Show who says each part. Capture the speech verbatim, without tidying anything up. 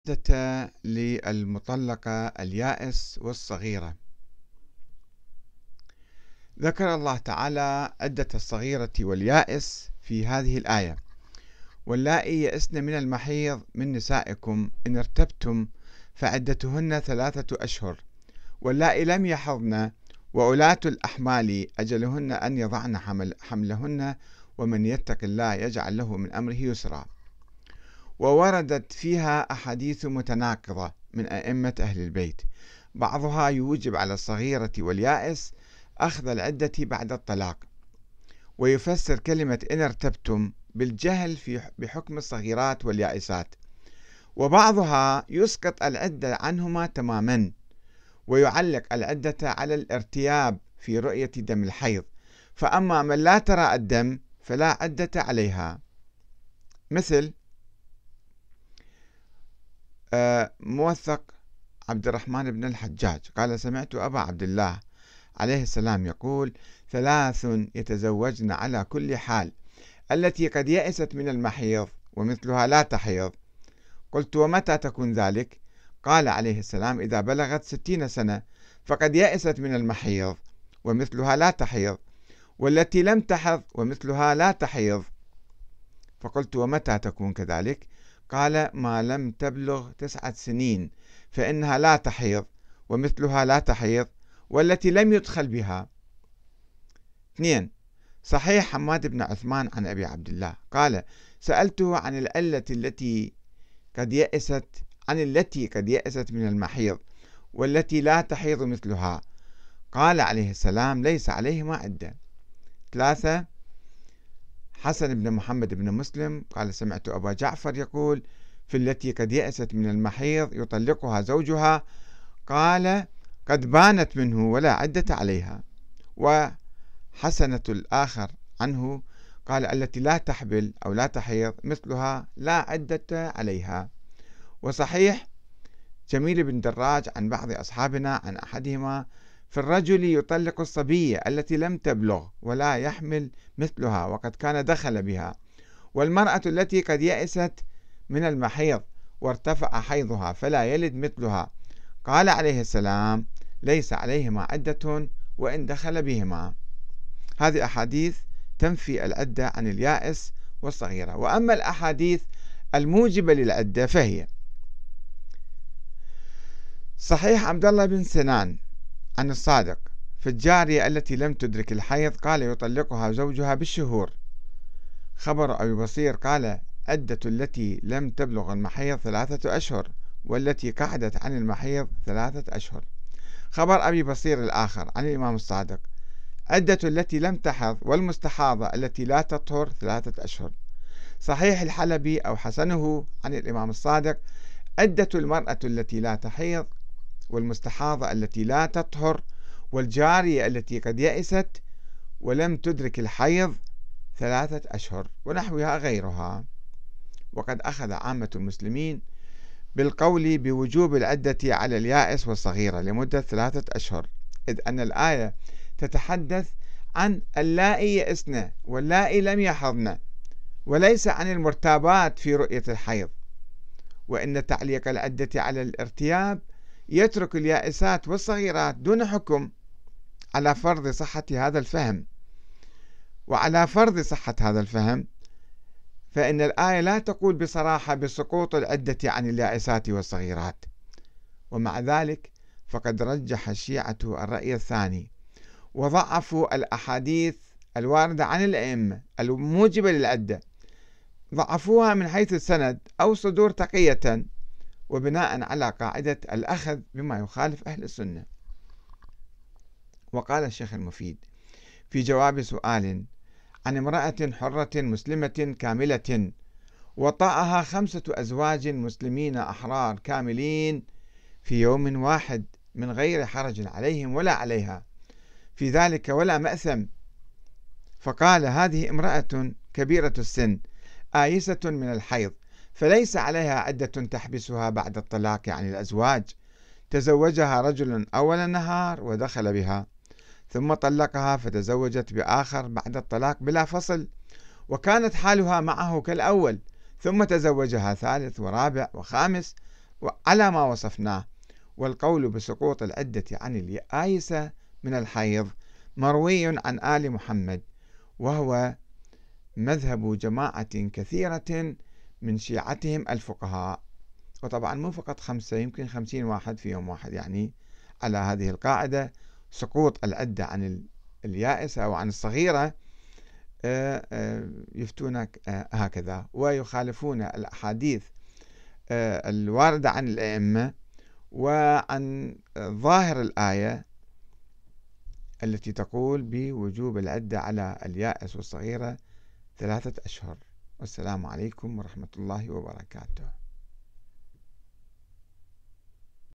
Speaker 1: عدة للمطلقة اليائس والصغيرة. ذكر الله تعالى عدة الصغيرة واليائس في هذه الآية: واللائي يئسن من المحيض من نسائكم إن ارتبتم فعدتهن ثلاثة أشهر واللائي لم يحضن وأولاة الأحمال أجلهن أن يضعن حمل حملهن ومن يتق الله يجعل له من أمره يسرا. ووردت فيها أحاديث متناقضة من أئمة أهل البيت، بعضها يوجب على الصغيرة واليائس أخذ العدة بعد الطلاق، ويفسر كلمة إن ارتبتم بالجهل في بحكم الصغيرات واليائسات، وبعضها يسقط العدة عنهما تماما ويعلق العدة على الارتياب في رؤية دم الحيض، فأما من لا ترى الدم فلا عدة عليها. مثل موثق عبد الرحمن بن الحجاج قال: سمعت أبا عبد الله عليه السلام يقول: ثلاث يتزوجن على كل حال، التي قد يئست من المحيض ومثلها لا تحيض. قلت: ومتى تكون ذلك؟ قال عليه السلام: إذا بلغت ستين سنة فقد يئست من المحيض ومثلها لا تحيض، والتي لم تحض ومثلها لا تحيض. فقلت: ومتى تكون كذلك؟ قال: ما لم تبلغ تسعة سنين فإنها لا تحيض ومثلها لا تحيض، والتي لم يدخل بها. اثنين، صحيح حماد بن عثمان عن أبي عبد الله قال: سألته عن العلة التي قد يئست عن التي قد يئست من المحيض والتي لا تحيض مثلها، قال عليه السلام: ليس عليهما عدة. ثلاثة، حسن بن محمد بن مسلم قال: سمعت أبا جعفر يقول: في التي قد يأست من المحيض يطلقها زوجها، قال: قد بانت منه ولا عدة عليها. وحسنة الآخر عنه قال: التي لا تحبل أو لا تحيض مثلها لا عدة عليها. وصحيح جميل بن دراج عن بعض أصحابنا عن أحدهما: في الرجل يطلق الصبية التي لم تبلغ ولا يحمل مثلها وقد كان دخل بها، والمرأة التي قد يئست من المحيض وارتفع حيضها فلا يلد مثلها، قال عليه السلام: ليس عليهما عدة وإن دخل بهما. هذه أحاديث تنفي العدة عن اليائس والصغيرة. وأما الأحاديث الموجبة للعدة فهي: صحيح عبد الله بن سنان عن الصادق في الجارية التي لم تدرك الحيض قال: يطلقها زوجها بالشهور. خبر أبي بصير قال: عدة التي لم تبلغ المحيض ثلاثة أشهر والتي قعدت عن المحيض ثلاثة أشهر. خبر أبي بصير الآخر عن الإمام الصادق: عدة التي لم تحض والمستحاضة التي لا تطهر ثلاثة أشهر. صحيح الحلبي أو حسنه عن الإمام الصادق: عدة المرأة التي لا تحيض والمستحاضة التي لا تطهر والجارية التي قد يئست ولم تدرك الحيض ثلاثة أشهر، ونحوها غيرها. وقد أخذ عامة المسلمين بالقول بوجوب العدة على اليائس والصغيرة لمدة ثلاثة أشهر، إذ أن الآية تتحدث عن اللائي يئسن واللائي لم يحضن، وليس عن المرتابات في رؤية الحيض. وإن تعليق العدة على الارتياب يترك اليائسات والصغيرات دون حكم على فرض صحة هذا الفهم. وعلى فرض صحة هذا الفهم فإن الآية لا تقول بصراحة بسقوط العدة عن اليائسات والصغيرات. ومع ذلك فقد رجح الشيعة الرأي الثاني وضعفوا الأحاديث الواردة عن الأئمة الموجبة للعدة، ضعفوها من حيث السند أو صدور تقية، وبناء على قاعدة الأخذ بما يخالف أهل السنة. وقال الشيخ المفيد في جواب سؤال عن امرأة حرة مسلمة كاملة وطأها خمسة أزواج مسلمين أحرار كاملين في يوم واحد من غير حرج عليهم ولا عليها في ذلك ولا مأثم، فقال: هذه امرأة كبيرة السن آيسة من الحيض، فليس عليها عدة تحبسها بعد الطلاق عن الأزواج، تزوجها رجل أول النهار ودخل بها، ثم طلقها فتزوجت بآخر بعد الطلاق بلا فصل، وكانت حالها معه كالأول، ثم تزوجها ثالث ورابع وخامس على ما وصفناه. والقول بسقوط العدة عن اليائسة من الحيض مروي عن آل محمد، وهو مذهب جماعة كثيرة من شيعتهم الفقهاء، وطبعا مو فقط خمسة، يمكن خمسين واحد في يوم واحد يعني على هذه القاعدة. سقوط العدة عن اليائسة أو عن الصغيرة يفتون هكذا، ويخالفون الأحاديث الواردة عن الأئمة وعن ظاهر الآية التي تقول بوجوب العدة على اليائس والصغيرة ثلاثة أشهر. والسلام عليكم ورحمة الله وبركاته.